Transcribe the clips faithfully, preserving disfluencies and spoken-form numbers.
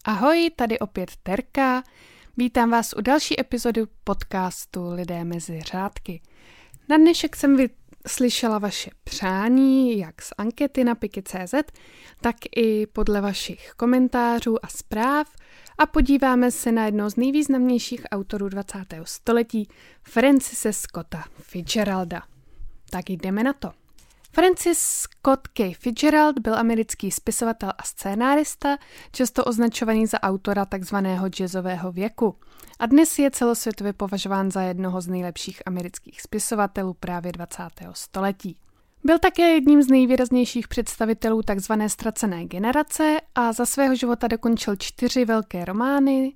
Ahoj, tady opět Terka. Vítám vás u další epizody podcastu Lidé mezi řádky. Na dnešek jsem vyslyšela vaše přání, jak z ankety na Piky tečka cé zet, tak i podle vašich komentářů a zpráv a podíváme se na jednoho z nejvýznamnějších autorů dvacátého století, Francise Scotta Fitzgeralda. Tak jdeme na to. Francis Scott Key Fitzgerald byl americký spisovatel a scénárista, často označovaný za autora takzvaného jazzového věku. A dnes je celosvětově považován za jednoho z nejlepších amerických spisovatelů právě dvacátého století. Byl také jedním z nejvýraznějších představitelů takzvané ztracené generace a za svého života dokončil čtyři velké romány,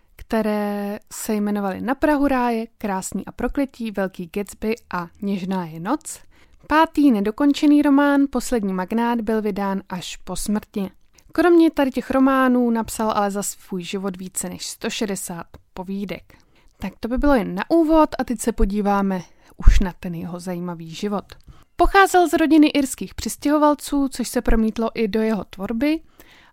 které se jmenovaly Na prahu ráje, Krásný a prokletí, Velký Gatsby a Něžná je noc. Pátý nedokončený román, Poslední magnát, byl vydán až po smrti. Kromě tady těch románů napsal ale za svůj život více než sto šedesát povídek. Tak to by bylo jen na úvod a teď se podíváme už na ten jeho zajímavý život. Pocházel z rodiny irských přistěhovalců, což se promítlo i do jeho tvorby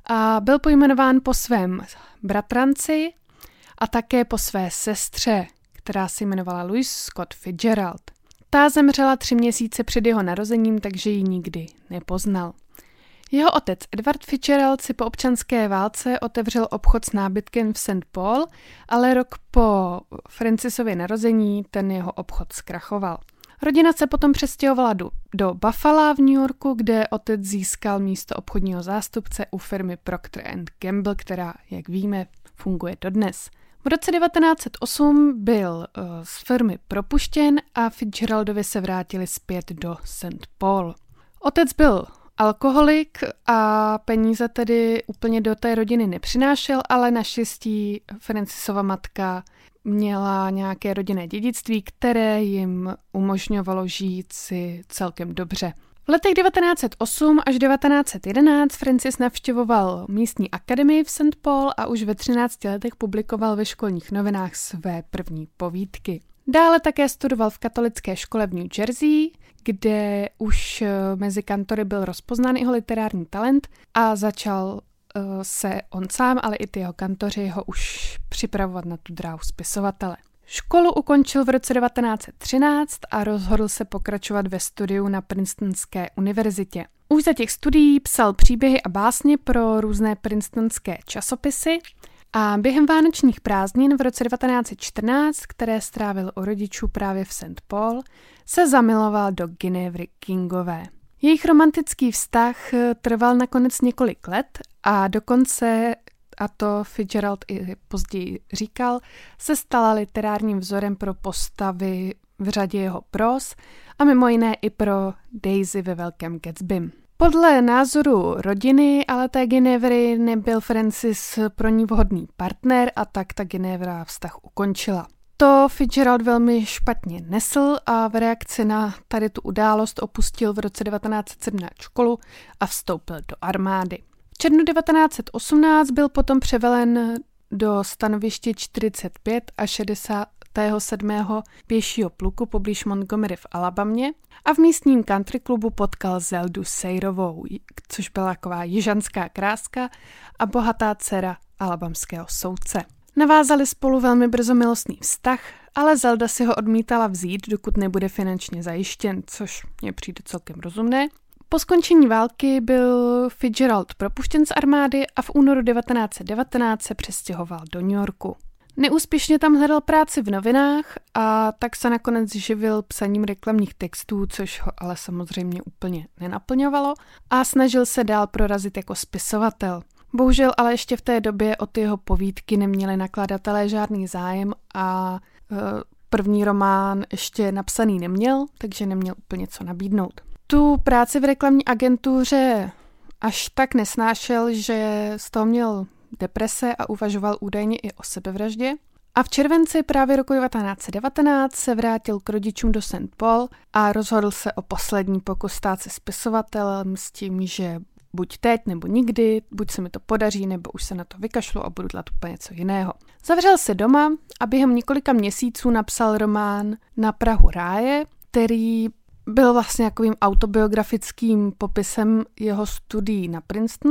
a byl pojmenován po svém bratranci a také po své sestře, která se jmenovala Louise Scott Fitzgerald. Ta zemřela tři měsíce před jeho narozením, takže ji nikdy nepoznal. Jeho otec Edward Fitzgerald si po občanské válce otevřel obchod s nábytkem v Saint Paul, ale rok po Francisově narození ten jeho obchod zkrachoval. Rodina se potom přestěhovala do, do Buffalo v New Yorku, kde otec získal místo obchodního zástupce u firmy Procter and Gamble, která, jak víme, funguje dodnes. V roce devatenáct set osm byl uh, z firmy propuštěn a Fitzgeraldovi se vrátili zpět do Saint Paul. Otec byl alkoholik a peníze tedy úplně do té rodiny nepřinášel, ale naštěstí Francisova matka měla nějaké rodinné dědictví, které jim umožňovalo žít si celkem dobře. V letech devatenáct set osm až devatenáct set jedenáct Francis navštěvoval místní akademii v Saint Paul a už ve třinácti letech publikoval ve školních novinách své první povídky. Dále také studoval v katolické škole v New Jersey, kde už mezi kantory byl rozpoznán jeho literární talent a začal uh, se on sám, ale i ty jeho kantoři ho už připravovat na tu dráhu spisovatele. Školu ukončil v roce devatenáct set třináct a rozhodl se pokračovat ve studiu na Princetonské univerzitě. Už za těch studií psal příběhy a básně pro různé princetonské časopisy a během vánočních prázdnin v roce devatenáct set čtrnáct, které strávil u rodičů právě v Saint Paul, se zamiloval do Ginevry Kingové. Jejich romantický vztah trval nakonec několik let a dokonce, a to Fitzgerald i později říkal, se stala literárním vzorem pro postavy v řadě jeho pros a mimo jiné i pro Daisy ve Velkém Gatsbym. Podle názoru rodiny ale té Ginevry nebyl Francis pro ní vhodný partner a tak ta Ginevra vztah ukončila. To Fitzgerald velmi špatně nesl a v reakci na tady tu událost opustil v roce devatenáct set sedmnáct školu a vstoupil do armády. V červnu devatenáct set osmnáct byl potom převelen do stanoviště čtyřicet pět a šedesátého sedmého pěšího pluku poblíž Montgomery v Alabamě a v místním country klubu potkal Zeldu Sayrovou, což byla taková jižanská kráska a bohatá dcera alabamského soudce. Navázali spolu velmi brzo milostný vztah, ale Zelda si ho odmítala vzít, dokud nebude finančně zajištěn, což mně přijde celkem rozumné. Po skončení války byl Fitzgerald propuštěn z armády a v únoru devatenáct set devatenáct se přestěhoval do New Yorku. Neúspěšně tam hledal práci v novinách a tak se nakonec živil psaním reklamních textů, což ho ale samozřejmě úplně nenaplňovalo a snažil se dál prorazit jako spisovatel. Bohužel ale ještě v té době o ty jeho povídky neměli nakladatelé žádný zájem a e, první román ještě napsaný neměl, takže neměl úplně co nabídnout. Tu práci v reklamní agentuře až tak nesnášel, že z toho měl deprese a uvažoval údajně i o sebevraždě. A v červenci právě roku devatenáct set devatenáct se vrátil k rodičům do Saint Paul a rozhodl se o poslední pokus stát se spisovatelem s tím, že buď teď nebo nikdy, buď se mi to podaří, nebo už se na to vykašlu a budu dělat úplně něco jiného. Zavřel se doma a během několika měsíců napsal román Na prahu ráje, který byl vlastně takovým autobiografickým popisem jeho studií na Princetonu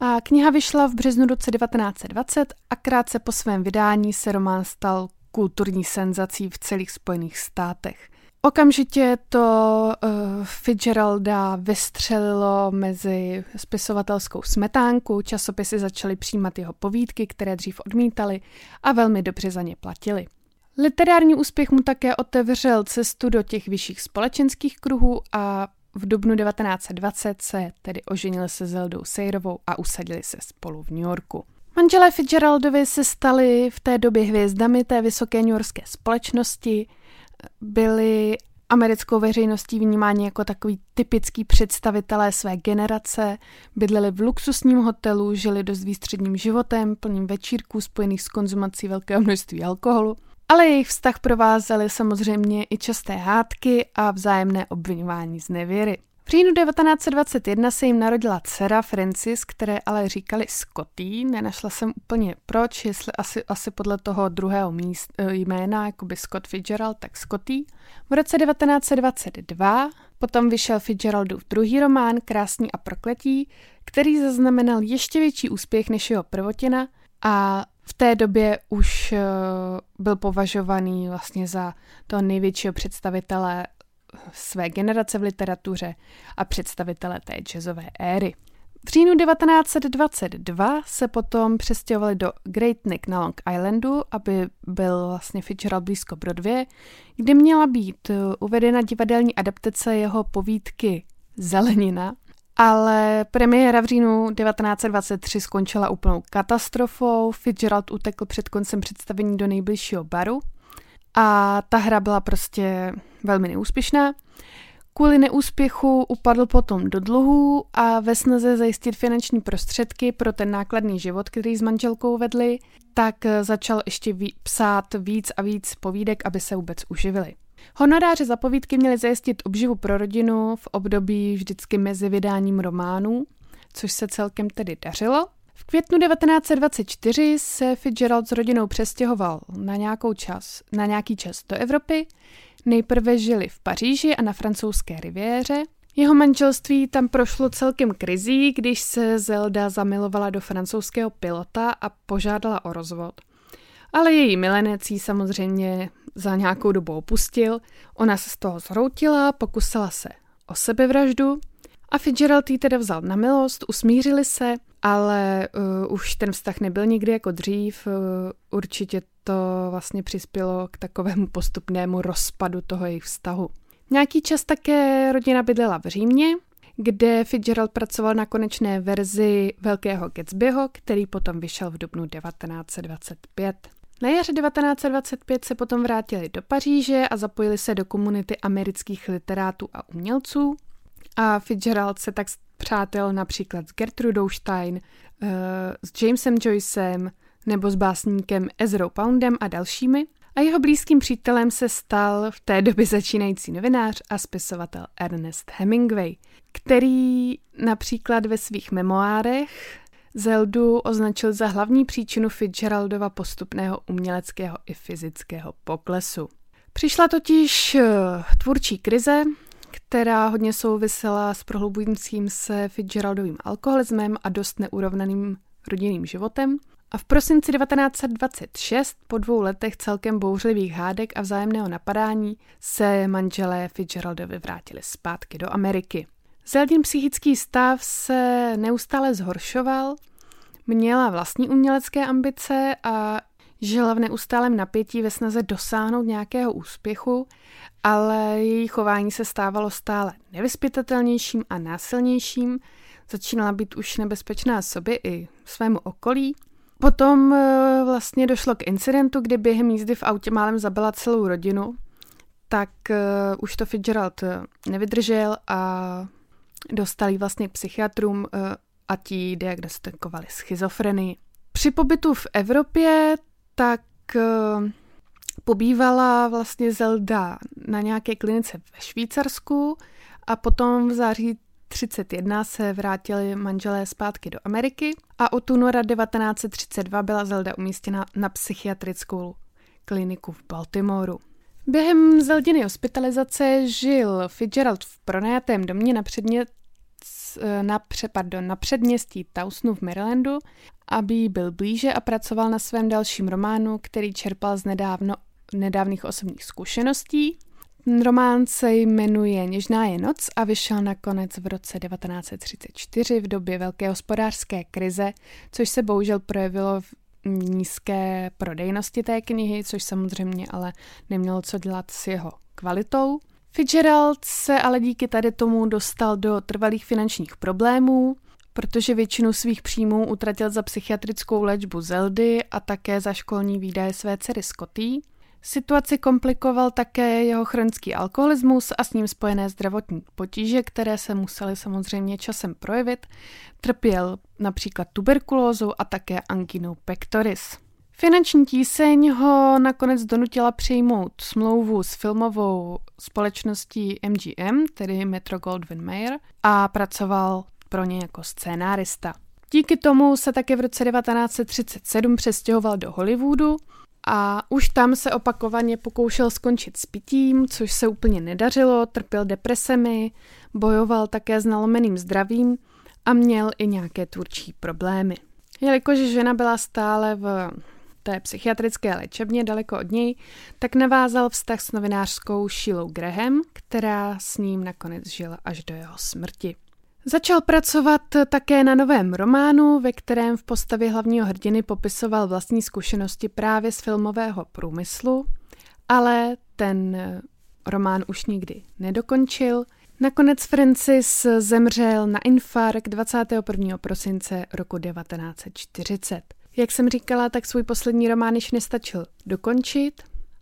A kniha vyšla v březnu roce devatenáct set dvacet a krátce po svém vydání se román stal kulturní senzací v celých Spojených státech. Okamžitě to uh, Fitzgeralda vystřelilo mezi spisovatelskou smetánku, časopisy začaly přijímat jeho povídky, které dřív odmítali a velmi dobře za ně platili. Literární úspěch mu také otevřel cestu do těch vyšších společenských kruhů a v dubnu devatenáct set dvacet se tedy oženil se Zeldou Sayerovou a usadili se spolu v New Yorku. Manželé Fitzgeraldovi se stali v té době hvězdami té vysoké newyorské společnosti, byli americkou veřejností vnímáni jako takový typický představitelé své generace, bydleli v luxusním hotelu, žili dost výstředním životem, plným večírků spojených s konzumací velkého množství alkoholu, ale jejich vztah provázely samozřejmě i časté hádky a vzájemné obviňování z nevěry. V říjnu devatenáct set dvacet jedna se jim narodila dcera Frances, které ale říkali Scotty. Nenašla jsem úplně proč, jestli asi, asi podle toho druhého míst, jména, jakoby Scott Fitzgerald, tak Scotty. V roce devatenáct set dvacet dva potom vyšel Fitzgeraldův druhý román Krásný a prokletí, který zaznamenal ještě větší úspěch než jeho prvotina a v té době už byl považovaný vlastně za toho největšího představitele své generace v literatuře a představitele té jazzové éry. V říjnu devatenáct set dvacet dva se potom přestěhovali do Great Neck na Long Islandu, aby byl vlastně Fitzgerald blízko Broadway, kde měla být uvedena divadelní adaptace jeho povídky Zelenina, ale premiéra v říjnu devatenáct set dvacet tři skončila úplnou katastrofou. Fitzgerald utekl před koncem představení do nejbližšího baru a ta hra byla prostě velmi neúspěšná. Kvůli neúspěchu upadl potom do dluhů a ve snaze zajistit finanční prostředky pro ten nákladný život, který s manželkou vedli, tak začal ještě ví- psát víc a víc povídek, aby se vůbec uživili. Honoráře za povídky měly zajistit obživu pro rodinu v období vždycky mezi vydáním románů, což se celkem tedy dařilo. V květnu devatenáct set dvacet čtyři se Fitzgerald s rodinou přestěhoval na, nějakou čas, na nějaký čas do Evropy. Nejprve žili v Paříži a na francouzské riviéře. Jeho manželství tam prošlo celkem krizí, když se Zelda zamilovala do francouzského pilota a požádala o rozvod. Ale její milenec jí samozřejmě za nějakou dobu opustil. Ona se z toho zhroutila, pokusila se o sebevraždu a Fitzgerald jí teda vzal na milost, usmířili se, ale uh, už ten vztah nebyl nikdy jako dřív. Uh, určitě to vlastně přispělo k takovému postupnému rozpadu toho jejich vztahu. Nějaký čas také rodina bydlela v Římě, kde Fitzgerald pracoval na konečné verzi Velkého Gatsbyho, který potom vyšel v dubnu devatenáct set dvacet pět. Na jaře devatenáct set dvacet pět se potom vrátili do Paříže a zapojili se do komunity amerických literátů a umělců. A Fitzgerald se tak přátel například s Gertrudou Stein, uh, s Jamesem Joycem nebo s básníkem Ezrou Poundem a dalšími. A jeho blízkým přítelem se stal v té době začínající novinář a spisovatel Ernest Hemingway, který například ve svých memoárech Zeldu označil za hlavní příčinu Fitzgeraldova postupného uměleckého i fyzického poklesu. Přišla totiž tvůrčí krize, která hodně souvisela s prohlubujícím se Fitzgeraldovým alkoholismem a dost neurovnaným rodinným životem. A v prosinci devatenáct set dvacet šest, po dvou letech celkem bouřlivých hádek a vzájemného napadání, se manželé Fitzgeraldovi vrátili zpátky do Ameriky. Zeldin psychický stav se neustále zhoršoval, měla vlastní umělecké ambice a žila v neustálém napětí ve snaze dosáhnout nějakého úspěchu, ale její chování se stávalo stále nevyzpytatelnějším a násilnějším, začínala být už nebezpečná sobě i svému okolí. Potom vlastně došlo k incidentu, kdy během jízdy v autě málem zabila celou rodinu, tak už to Fitzgerald nevydržel a dostal jí vlastně k psychiatrům a ti diagnostikovali schizofrenii. Při pobytu v Evropě tak pobývala vlastně Zelda na nějaké klinice ve Švýcarsku a potom v září třicet jedna se vrátili manželé zpátky do Ameriky a od února devatenáct set třicet dva byla Zelda umístěna na psychiatrickou kliniku v Baltimoru. Během Zeldiny hospitalizace žil Fitzgerald v pronajatém domě na předměstí na, pardon, na předměstí Towsonu v Marylandu, aby byl blíže a pracoval na svém dalším románu, který čerpal z nedávno, nedávných osobních zkušeností. Ten román se jmenuje Něžná je noc a vyšel nakonec v roce devatenáct set třicet čtyři v době velké hospodářské krize, což se bohužel projevilo v nízké prodejnosti té knihy, což samozřejmě ale nemělo co dělat s jeho kvalitou. Fitzgerald se ale díky tady tomu dostal do trvalých finančních problémů, protože většinu svých příjmů utratil za psychiatrickou léčbu Zeldy a také za školní výdaje své dcery Scotty. Situaci komplikoval také jeho chronický alkoholismus a s ním spojené zdravotní potíže, které se musely samozřejmě časem projevit. Trpěl například tuberkulózou a také anginou pectoris. Finanční tíseň ho nakonec donutila přijmout smlouvu s filmovou společností M G M, tedy Metro-Goldwyn-Mayer, a pracoval pro ně jako scénárista. Díky tomu se také v roce devatenáct set třicet sedm přestěhoval do Hollywoodu a už tam se opakovaně pokoušel skončit s pitím, což se úplně nedařilo, trpěl depresemi, bojoval také s nalomeným zdravím a měl i nějaké tvůrčí problémy. Jelikož žena byla stále v té psychiatrické léčebně daleko od něj, tak navázal vztah s novinářskou Sheilou Graham, která s ním nakonec žila až do jeho smrti. Začal pracovat také na novém románu, ve kterém v postavě hlavního hrdiny popisoval vlastní zkušenosti právě z filmového průmyslu, ale ten román už nikdy nedokončil. Nakonec Francis zemřel na infarkt dvacátého prvního prosince roku devatenáct set čtyřicet. Jak jsem říkala, tak svůj poslední román již nestačil dokončit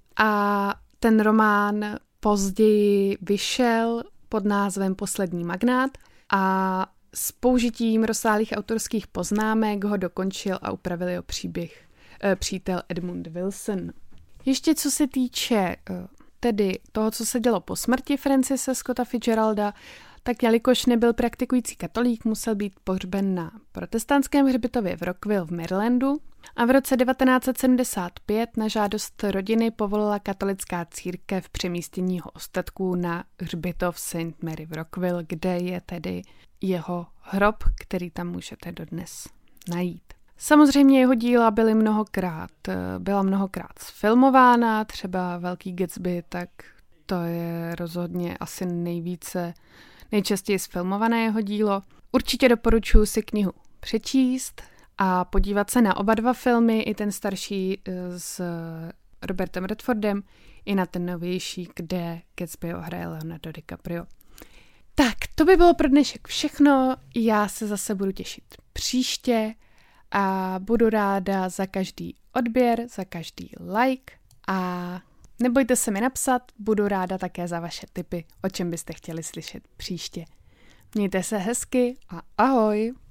a ten román později vyšel pod názvem Poslední magnát a s použitím rozsáhlých autorských poznámek ho dokončil a upravil jeho příběh eh, přítel Edmund Wilson. Ještě co se týče eh, tedy toho, co se dělo po smrti Francise Scotta Fitzgeralda, tak jelikož nebyl praktikující katolík, musel být pohřben na protestantském hřbitově v Rockville v Marylandu a v roce devatenáct set sedmdesát pět na žádost rodiny povolila katolická církev přemístění jeho ostatků na hřbitov Saint Mary v Rockville, kde je tedy jeho hrob, který tam můžete dodnes najít. Samozřejmě jeho díla byly mnohokrát, byla mnohokrát sfilmována, třeba Velký Gatsby, tak to je rozhodně asi nejvíce, nejčastěji sfilmované jeho dílo. Určitě doporučuji si knihu přečíst a podívat se na oba dva filmy, i ten starší s Robertem Redfordem, i na ten novější, kde Gatsby hraje Leonardo DiCaprio. Tak, to by bylo pro dnešek všechno. Já se zase budu těšit příště a budu ráda za každý odběr, za každý like a nebojte se mi napsat, budu ráda také za vaše tipy, o čem byste chtěli slyšet příště. Mějte se hezky a ahoj!